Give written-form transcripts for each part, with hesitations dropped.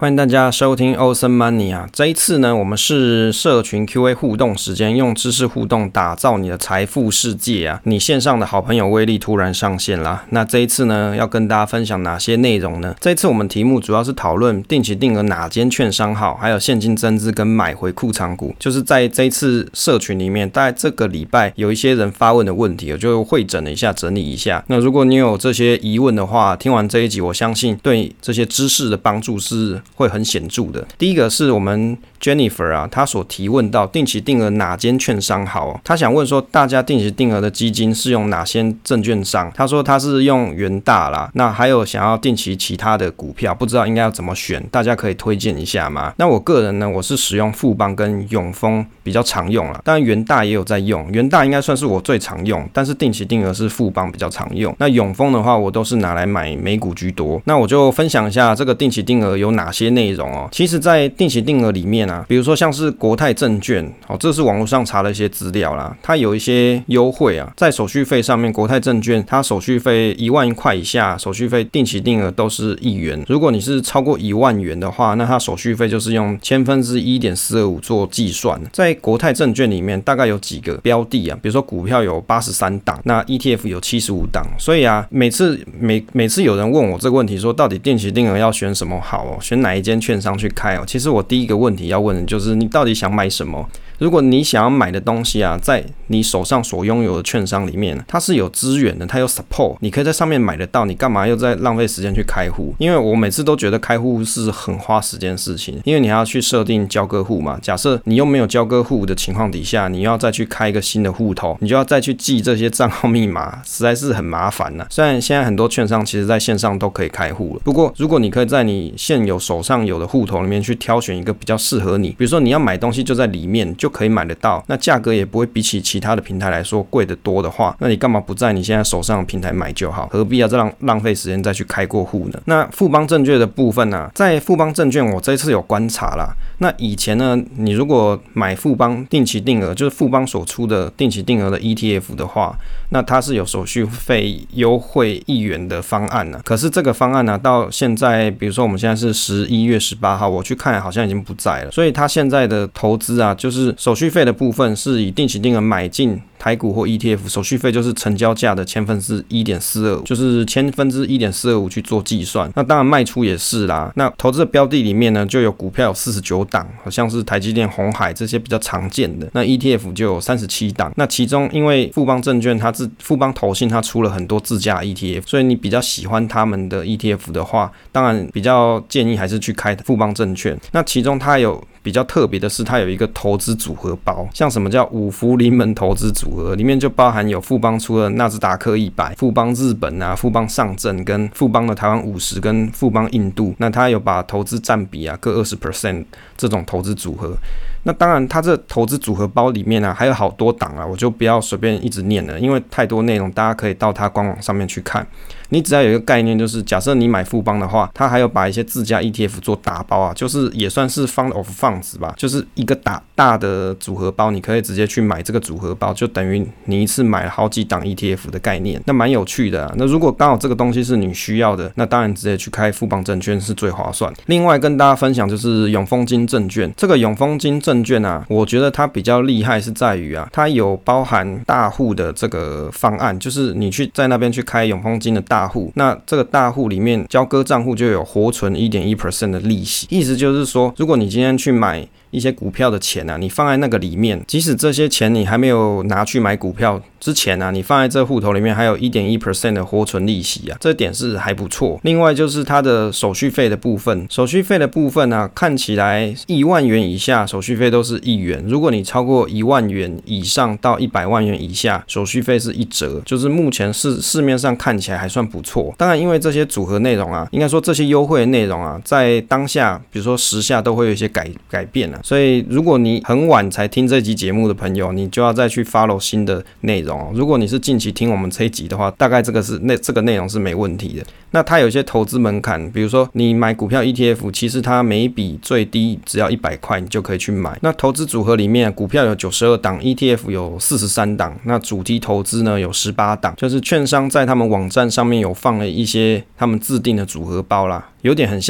欢迎大家收听 Awesome Money 啊！这一次呢，我们是社群 QA 互动时间，用知识互动打造你的财富世界啊！你线上的好朋友威力突然上线啦。那这一次呢，要跟大家分享哪些内容呢？这一次我们题目主要是讨论定期定额哪间券商好，还有现金增资跟买回库藏股。就是在这一次社群里面，大概这个礼拜有一些人发问的问题，我就汇整了一下，整理一下。那如果你有这些疑问的话，听完这一集，我相信对这些知识的帮助是会很显著的。第一个是我们 Jennifer 啊，她所提问到定期定额哪间券商好，她想问说大家定期定额的基金是用哪些证券商？她说她是用元大啦，那还有想要定期其他的股票，不知道应该要怎么选，大家可以推荐一下吗？那我个人呢，我是使用富邦跟永丰比较常用啦，当然元大也有在用，元大应该算是我最常用，但是定期定额是富邦比较常用。那永丰的话，我都是拿来买美股居多。那我就分享一下这个定期定额有哪些内容哦。其实在定期定额里面啊，比如说像是国泰证券，这是网络上查了一些资料啦，它有一些优惠啊，在手续费上面，国泰证券它手续费1万块以下，手续费定期定额都是1元。如果你是超过1万元的话，那它手续费就是用1/1000.425做计算。在国泰证券里面，大概有几个标的啊，比如说股票有83档，那 ETF 有75档，所以啊，每次有人问我这个问题，说到底定期定额要选什么好哦，选哪一间券商去开哦？其实我第一个问题要问的就是你到底想买什么？如果你想要买的东西啊，在你手上所拥有的券商里面，它是有资源的，它有 support， 你可以在上面买得到，你干嘛又在浪费时间去开户？因为我每次都觉得开户是很花时间的事情，因为你还要去设定交割户嘛。假设你又没有交割户的情况底下，你要再去开一个新的户头，你就要再去记这些账号密码，实在是很麻烦啊。虽然现在很多券商其实在线上都可以开户了，不过如果你可以在你现有手上有的户头里面去挑选一个比较适合你，比如说你要买东西就在里面就可以买得到，那价格也不会比起其他的平台来说贵得多的话，那你干嘛不在你现在手上的平台买就好？何必要这样浪费时间再去开过户呢？那富邦证券的部分啊，在富邦证券我这次有观察啦。那以前呢，你如果买富邦定期定额，就是富邦所出的定期定额的 ETF 的话，那它是有手续费优惠1元的方案呢。可是这个方案呢，到现在，比如说我们现在是11月18号，我去看好像已经不在了。所以它现在的投资啊，就是手续费的部分是以定期定额买进台股或 ETF， 手续费就是成交价的1/1000.425，就是1/1000.425去做计算。那当然卖出也是啦。那投资的标的里面呢，就有股票有49档，好像是台积电、鸿海这些比较常见的。那 ETF 就有37档。那其中因为富邦证券富邦投信它出了很多自家 ETF， 所以你比较喜欢他们的 ETF 的话，当然比较建议还是去开富邦证券。那其中它有比较特别的是，它有一个投资组合包，像什么叫五福临门投资组合，里面就包含有富邦出的纳斯达克100、富邦日本啊、富邦上证跟富邦的台湾50跟富邦印度，那它有把投资占比啊各 20% 这种投资组合。那当然它这投资组合包里面啊还有好多档啊，我就不要随便一直念了，因为太多内容大家可以到它官网上面去看。你只要有一个概念，就是假设你买富邦的话，它还有把一些自家 ETF 做打包啊，就是也算是 fund of funds 吧，就是一个大的组合包，你可以直接去买这个组合包，就等于你一次买了好几档 ETF 的概念，那蛮有趣的啊。那如果刚好这个东西是你需要的，那当然直接去开富邦证券是最划算。另外跟大家分享就是永丰金证券，这个永丰金证券啊，我觉得它比较厉害是在于啊，它有包含大户的这个方案，就是你去在那边去开永丰金的大户，那这个大户里面交割账户就有活存 1.1% 的利息，意思就是说，如果你今天去买一些股票的钱啊，你放在那个里面，即使这些钱你还没有拿去买股票之前啊，你放在这户头里面还有 1.1% 的活存利息啊，这点是还不错。另外就是它的手续费的部分，啊，看起来1万元以下手续费都是1元，如果你超过1万元以上到100万元以下，手续费是1折，就是目前市面上看起来还算不错。当然因为这些组合内容啊，应该说这些优惠的内容啊，在当下比如说时下都会有一些改变啊，所以如果你很晚才听这集节目的朋友，你就要再去 follow 新的内容哦。如果你是近期听我们这一集的话，大概这个内容是没问题的。那它有一些投资门槛，比如说你买股票 ETF， 其实它每一笔最低只要100块，你就可以去买。那投资组合里面，股票有92档 ，ETF 有43档，那主题投资呢有18档，就是券商在他们网站上面有放了一些他们自定的组合包啦。有点很像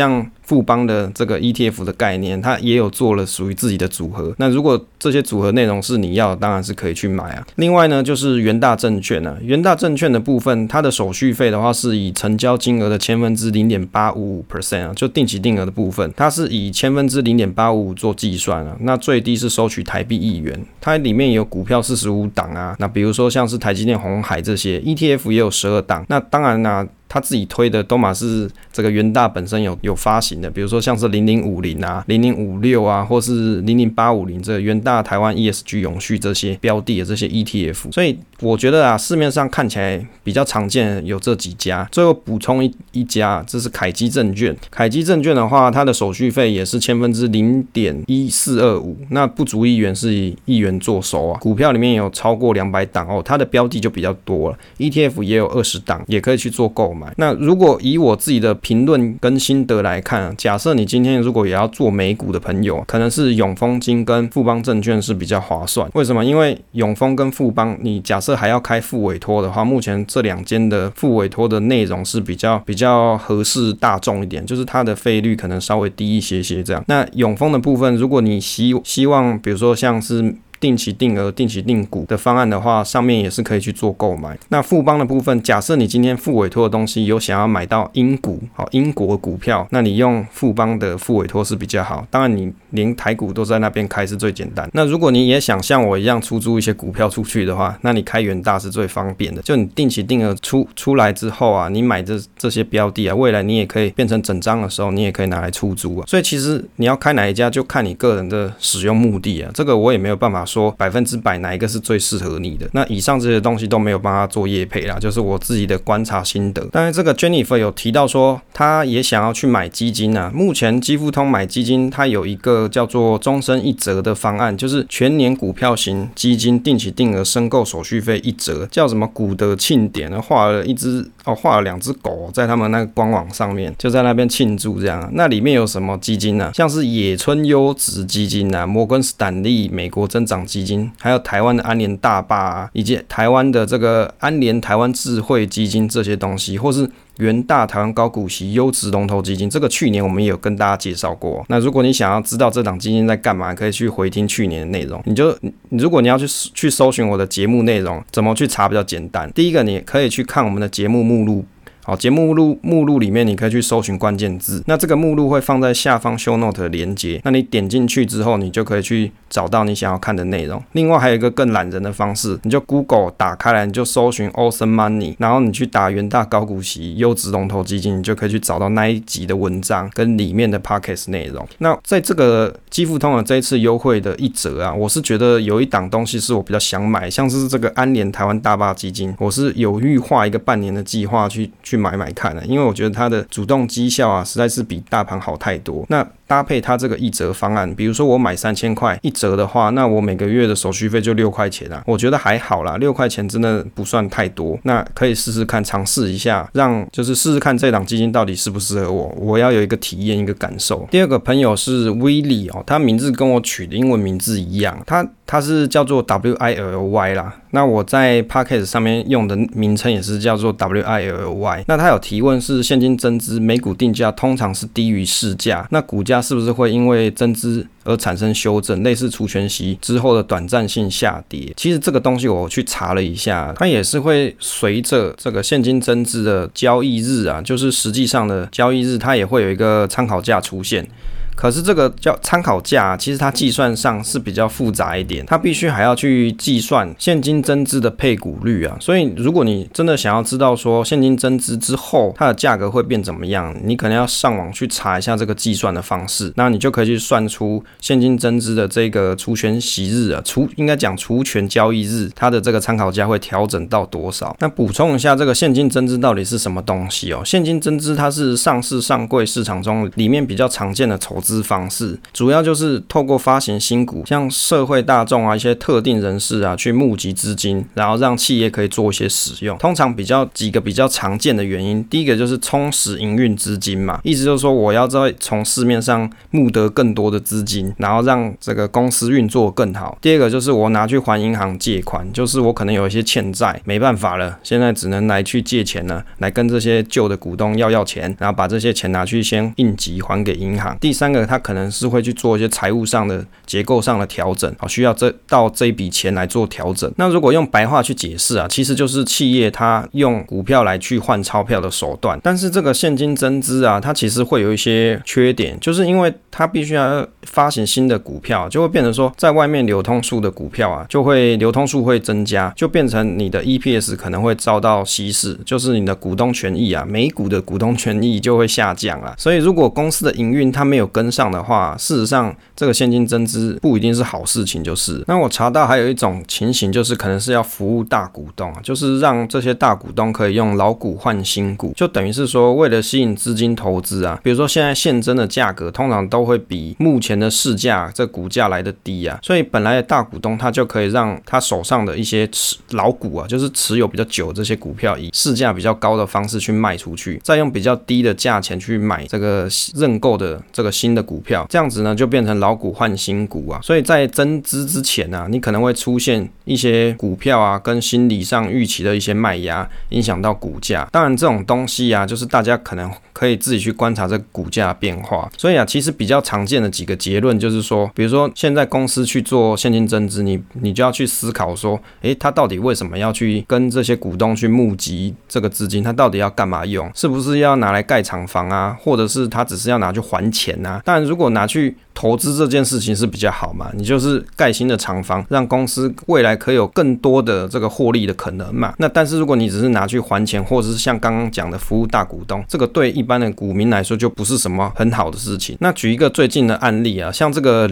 富邦的这个 ETF 的概念，它也有做了属于自己的组合。那如果这些组合内容是你要的，当然是可以去买啊。另外呢，就是元大证券啊，元大证券的部分，它的手续费的话是以成交金额的0.855%啊，就定期定额的部分，它是以0.855%做计算啊。那最低是收取台币1元，它里面有股票45档啊。那比如说像是台积电、鸿海这些 ETF 也有12档。那当然啦，他自己推的都嘛是这个元大本身有发行的，比如说像是0050啊、0056啊，或是00850这个元大台湾 ESG 永续这些标的的这些 ETF。所以我觉得啊，市面上看起来比较常见有这几家。最后补充一家，这是凯基证券。凯基证券的话，它的手续费也是0.1425%，那不足1元是以1元做收啊。股票里面有超过200档哦，它的标的就比较多了。ETF 也有20档，也可以去做购买。那如果以我自己的评论跟心得来看，假设你今天如果也要做美股的朋友，可能是永丰金跟富邦证券是比较划算。为什么？因为永丰跟富邦，你假设还要开副委托的话，目前这2间的副委托的内容是比较合适大众一点，就是它的费率可能稍微低一些这样。那永丰的部分，如果你希望比如说像是定期定额、定期定股的方案的话，上面也是可以去做购买。那富邦的部分，假设你今天副委托的东西有想要买到英股，英国股票，那你用富邦的副委托是比较好。当然，你连台股都在那边开是最简单。那如果你也想像我一样出租一些股票出去的话，那你开元大是最方便的。就你定期定额出来之后啊，你买这些标的啊，未来你也可以变成整张的时候，你也可以拿来出租啊。所以其实你要开哪一家，就看你个人的使用目的啊。这个我也没有办法说100%哪一个是最适合你的。那以上这些东西都没有帮他做业配啦，就是我自己的观察心得。当然这个 Jennifer 有提到说他也想要去买基金啊。目前基富通买基金它有一个叫做终身1折的方案，就是全年股票型基金定期定额申购手续费1折，叫什么古德庆典，画了2只狗在他们那个官网上面，就在那边庆祝这样。那里面有什么基金呢？像是野村优质基金啊、摩根斯坦利美国增长基金，还有台湾的安联大坝啊，以及台湾的这个安联台湾智慧基金这些东西，或是元大台湾高股息优质龙头基金，这个去年我们也有跟大家介绍过。那如果你想要知道这档基金在干嘛，可以去回听去年的内容。如果你要去搜寻我的节目内容，怎么去查比较简单？第一个，你可以去看我们的节目目录。好，节目目录里面你可以去搜寻关键字，那这个目录会放在下方 show note 的连结，那你点进去之后，你就可以去找到你想要看的内容。另外还有一个更懒人的方式，你就 Google 打开来，你就搜寻 Awesome Money， 然后你去打元大高股息优质龙头基金，你就可以去找到那一集的文章跟里面的 podcast 内容。那在这个基富通的这一次优惠的1折啊，我是觉得有一档东西是我比较想买，像是这个安联台湾大坝基金，我是有预划一个半年的计划去买看的，因为我觉得它的主动绩效啊，实在是比大盘好太多。那搭配它这个1折方案，比如说我买3000块1折的话，那我每个月的手续费就6块钱啊，我觉得还好啦，6块钱真的不算太多。那可以试试看，尝试一下，就是试试看这档基金到底适不适合我，我要有一个体验，一个感受。第二个朋友是 Willy 哦，他名字跟我取的英文名字一样，他是叫做 WILY 啦。那我在 Podcast 上面用的名称也是叫做 WILY。那他有提问是现金增资每股定价通常是低于市价，那股价是不是会因为增资而产生修正，类似除权息之后的短暂性下跌？其实这个东西我去查了一下，它也是会随着这个现金增资的交易日啊，就是实际上的交易日，它也会有一个参考价出现。可是这个叫参考价，其实它计算上是比较复杂一点，它必须还要去计算现金增资的配股率啊。所以如果你真的想要知道说现金增资之后它的价格会变怎么样，你可能要上网去查一下这个计算的方式，那你就可以去算出现金增资的这个除权息日啊，应该讲除权交易日，它的这个参考价会调整到多少。那补充一下，这个现金增资到底是什么东西哦？现金增资它是上市上柜市场中里面比较常见的筹资方式，主要就是透过发行新股，像社会大众啊一些特定人士啊去募集资金，然后让企业可以做一些使用。通常几个比较常见的原因，第一个就是充实营运资金嘛，意思就是说我要再从市面上募得更多的资金，然后让这个公司运作更好。第二个就是我拿去还银行借款，就是我可能有一些欠债，没办法了，现在只能来去借钱了，来跟这些旧的股东要钱，然后把这些钱拿去先应急还给银行。第三个，他可能是会去做一些财务上的结构上的调整，需要这一笔钱来做调整。那如果用白话去解释啊，其实就是企业它用股票来去换钞票的手段。但是这个现金增资啊，它其实会有一些缺点，就是因为它必须要发行新的股票，就会变成说在外面流通数的股票啊，流通数会增加，就变成你的 EPS 可能会遭到稀释，就是你的股东权益啊，每股的股东权益就会下降啊。所以如果公司的营运它没有跟上的话，事实上这个现金增资不一定是好事情，就是。那我查到还有一种情形，就是可能是要服务大股东，就是让这些大股东可以用老股换新股，就等于是说为了吸引资金投资啊，比如说现在现增的价格通常都会比目前的市价这股价来的低啊，所以本来的大股东他就可以让他手上的一些老股啊，就是持有比较久的这些股票，以市价比较高的方式去卖出去，再用比较低的价钱去买这个认购的这个新的股票，这样子呢就变成老股换新股啊。所以在增资之前啊，你可能会出现一些股票啊跟心理上预期的一些卖压，影响到股价。当然这种东西啊，就是大家可能可以自己去观察这个股价的变化。所以啊，其实比较常见的几个结论就是说，比如说现在公司去做现金增资，你就要去思考说，他到底为什么要去跟这些股东去募集这个资金？他到底要干嘛用？是不是要拿来盖厂房啊？或者是他只是要拿去还钱啊？当然，如果拿去投资这件事情是比较好嘛，你就是盖新的厂房，让公司未来可以有更多的这个获利的可能嘛。那但是如果你只是拿去还钱，或者是像刚刚讲的服务大股东，这个对一般的股民来说就不是什么很好的事情。那举一个最近的案例啊，像这个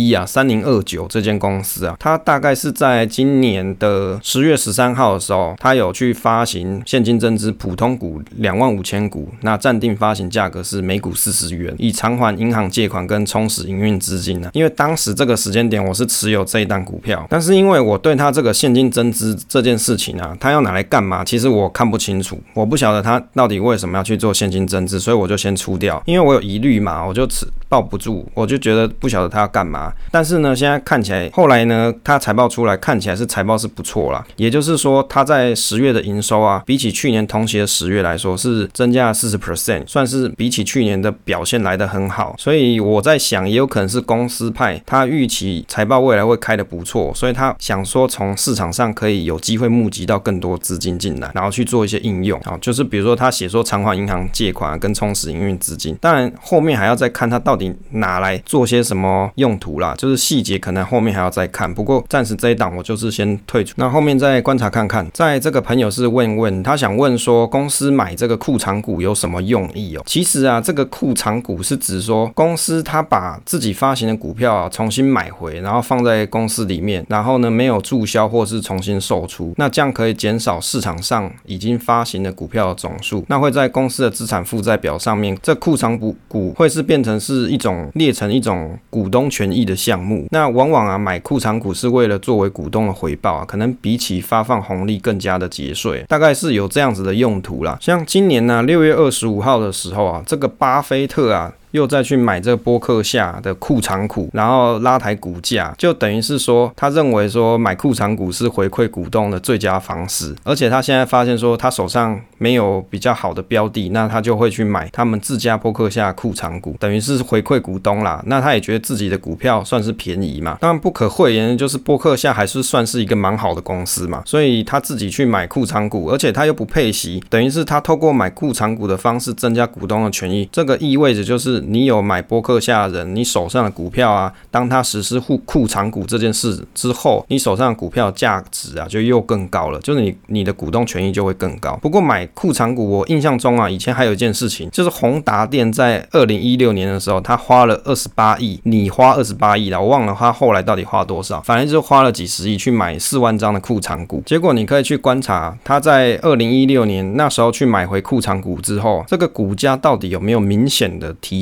3029这间公司啊，它大概是在今年的10月13号的时候，它有去发行现金增资普通股25000股，那暂定发行价格是每股40元，以偿还银行借款跟充实营运资金啊。因为当时这个时间点我是持有这一档股票，但是因为我对它这个现金增资这件事情啊，它要拿来干嘛，其实我看不清楚，我不晓得它到底为什么要去做现金增资，所以我就先出掉，因为我有疑虑嘛，我就抱不住，我就觉得不晓得它要干嘛。但是呢，现在看起来，后来呢，它财报出来看起来是财报是不错啦，也就是说，它在10月的营收啊，比起去年同期的10月来说是增加了 40%， 算是比起去年的表现来得很好。所以我在想，也有可能是公司派他预期财报未来会开得不错，所以他想说从市场上可以有机会募集到更多资金进来，然后去做一些应用。就是比如说他写说偿还银行借款跟充实营运资金，当然后面还要再看他到底拿来做些什么用途啦，就是细节可能后面还要再看。不过暂时这一档我就是先退出，那后面再观察看看。在这个朋友是问他想问说，公司买这个库藏股有什么用意哦？其实啊，这个库藏股是指说公司他把自己发行的股票啊重新买回，然后放在公司里面，然后呢没有注销或是重新售出，那这样可以减少市场上已经发行的股票的总数，那会在公司的资产负债表上面，这库藏股会是变成是列成一种股东权益的项目。那往往啊买库藏股是为了作为股东的回报啊，可能比起发放红利更加的节税，大概是有这样子的用途啦。像今年呢6月25号的时候啊，这个巴菲特啊又再去买这个波克夏的库藏股，然后拉抬股价，就等于是说他认为说买库藏股是回馈股东的最佳方式。而且他现在发现说他手上没有比较好的标的，那他就会去买他们自家波克夏库藏股，等于是回馈股东啦。那他也觉得自己的股票算是便宜嘛，当然不可讳言的就是波克夏还是算是一个蛮好的公司嘛，所以他自己去买库藏股，而且他又不配息，等于是他透过买库藏股的方式增加股东的权益。这个意味着就是你有买波克夏的人，你手上的股票啊，当他实施库藏股这件事之后，你手上的股票价值啊就又更高了，就是你的股东权益就会更高。不过买库藏股，我印象中啊，以前还有一件事情，就是宏达电在2016年的时候，他花了28亿，你花28亿啦，我忘了他后来到底花多少，反正就花了几十亿去买4万张的库藏股。结果你可以去观察，他在2016年那时候去买回库藏股之后，这个股价到底有没有明显的提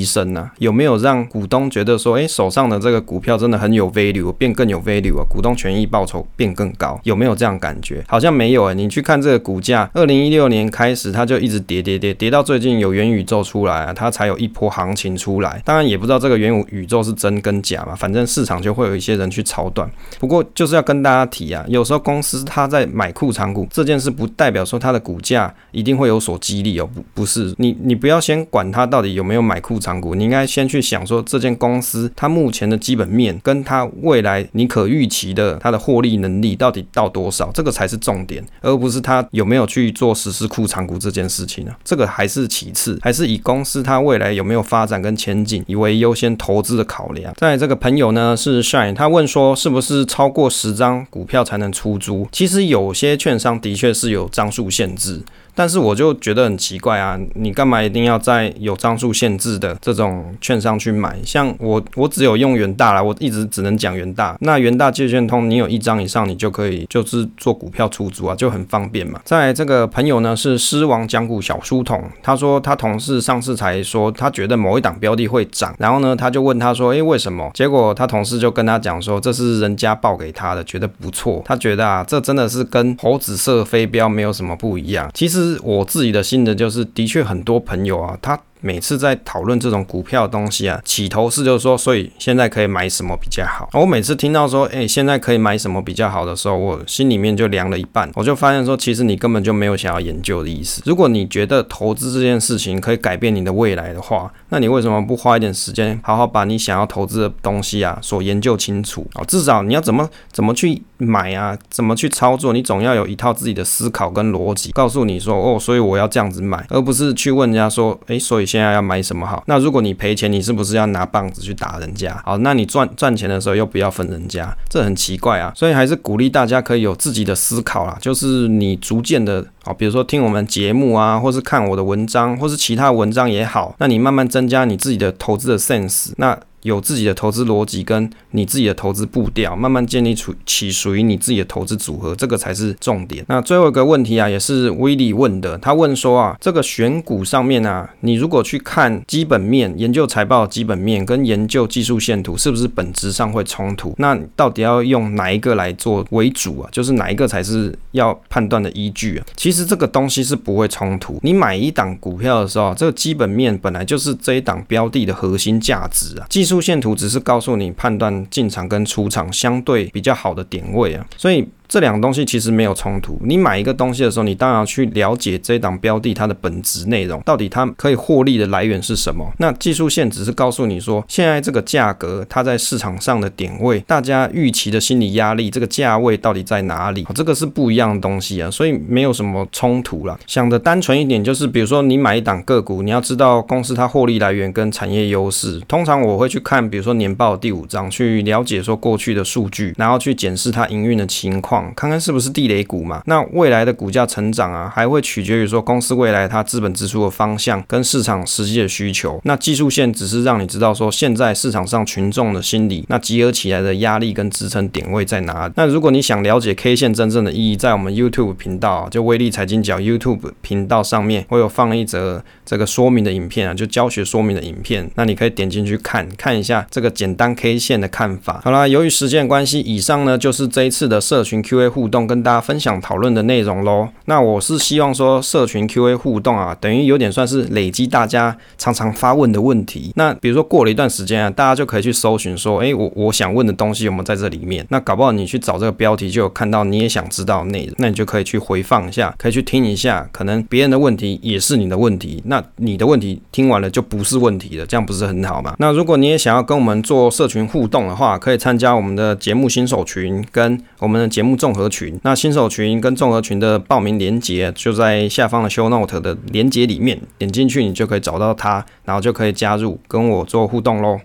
提升啊？有没有让股东觉得说，手上的这个股票真的很有 value， 变更有 value 啊？股东权益报酬变更高，有没有这样感觉？好像没有你去看这个股价，2016年开始它就一直跌到最近有元宇宙出来啊，它才有一波行情出来。当然也不知道这个元宇宙是真跟假嘛，反正市场就会有一些人去炒短。不过就是要跟大家提啊，有时候公司它在买库藏股这件事，不代表说它的股价一定会有所激励不是，你不要先管它到底有没有买库藏股，你应该先去想说这间公司它目前的基本面跟它未来你可预期的它的获利能力到底到多少，这个才是重点，而不是它有没有去做实施库藏股这件事情这个还是其次，还是以公司它未来有没有发展跟前景以为优先投资的考量。再来这个朋友呢是 Shine， 他问说是不是超过10张股票才能出租？其实有些券商的确是有张数限制，但是我就觉得很奇怪啊，你干嘛一定要在有张数限制的这种券商去买？像我只有用元大啦，我一直只能讲元大。那元大借券通，你有1张以上，你就可以就是做股票出租啊，就很方便嘛。再来这个朋友呢是狮王讲股小书童，他说他同事上次才说他觉得某一档标的会涨，然后呢他就问他说，为什么？结果他同事就跟他讲说，这是人家报给他的，觉得不错。他觉得啊，这真的是跟猴子射飞镖没有什么不一样。其实我自己的心得就是，的确很多朋友啊，他每次在讨论这种股票的东西啊，起头是就是说，所以现在可以买什么比较好？我每次听到说，现在可以买什么比较好的时候，我心里面就凉了一半，我就发现说，其实你根本就没有想要研究的意思。如果你觉得投资这件事情可以改变你的未来的话，那你为什么不花一点时间，好好把你想要投资的东西啊所研究清楚？至少你要怎么去买啊，怎么去操作，你总要有一套自己的思考跟逻辑，告诉你说，所以我要这样子买，而不是去问人家说，所以现在要买什么好？那如果你赔钱，你是不是要拿棒子去打人家？好，那你赚钱的时候又不要分人家，这很奇怪啊。所以还是鼓励大家可以有自己的思考啦，就是你逐渐的比如说听我们节目啊，或是看我的文章，或是其他文章也好，那你慢慢增加你自己的投资的 sense， 那有自己的投资逻辑跟你自己的投资步调，慢慢建立起属于你自己的投资组合，这个才是重点。那最后一个问题啊，也是威利问的，他问说啊，这个选股上面啊，你如果去看基本面，研究财报的基本面跟研究技术线图，是不是本质上会冲突？那到底要用哪一个来做为主啊？就是哪一个才是要判断的依据啊？其实这个东西是不会冲突。你买一档股票的时候，这个基本面本来就是这一档标的的核心价值啊，技术线图只是告诉你判断进场跟出场相对比较好的点位啊，所以这两个东西其实没有冲突。你买一个东西的时候，你当然要去了解这一档标的它的本质内容，到底它可以获利的来源是什么。那技术线只是告诉你说，现在这个价格它在市场上的点位，大家预期的心理压力，这个价位到底在哪里？这个是不一样的东西啊，所以没有什么冲突啦。想的单纯一点，就是比如说你买一档个股，你要知道公司它获利来源跟产业优势。通常我会去看，比如说年报的第5章，去了解说过去的数据，然后去检视它营运的情况，看看是不是地雷股嘛。那未来的股价成长啊，还会取决于说公司未来它资本支出的方向跟市场实际的需求。那技术线只是让你知道说现在市场上群众的心理，那集合起来的压力跟支撑点位在哪里。那如果你想了解 K 线真正的意义，在我们 YouTube 频道，就威力财经角 YouTube 频道上面，我有放一则这个说明的影片啊，就教学说明的影片，那你可以点进去看一下这个简单 K 线的看法。好啦，由于时间关系，以上呢就是这一次的社群 QA 互动跟大家分享讨论的内容咯。那我是希望说社群 QA 互动啊，等于有点算是累积大家常常发问的问题。那比如说过了一段时间啊，大家就可以去搜寻说，我想问的东西有没有在这里面？那搞不好你去找这个标题就有看到你也想知道的内容，那你就可以去回放一下，可以去听一下，可能别人的问题也是你的问题，那你的问题听完了就不是问题了，这样不是很好吗？那如果你也想要跟我们做社群互动的话，可以参加我们的节目新手群跟我们的节目综合群。那新手群跟综合群的报名连结就在下方的 show note 的连结里面，点进去你就可以找到它，然后就可以加入跟我做互动咯。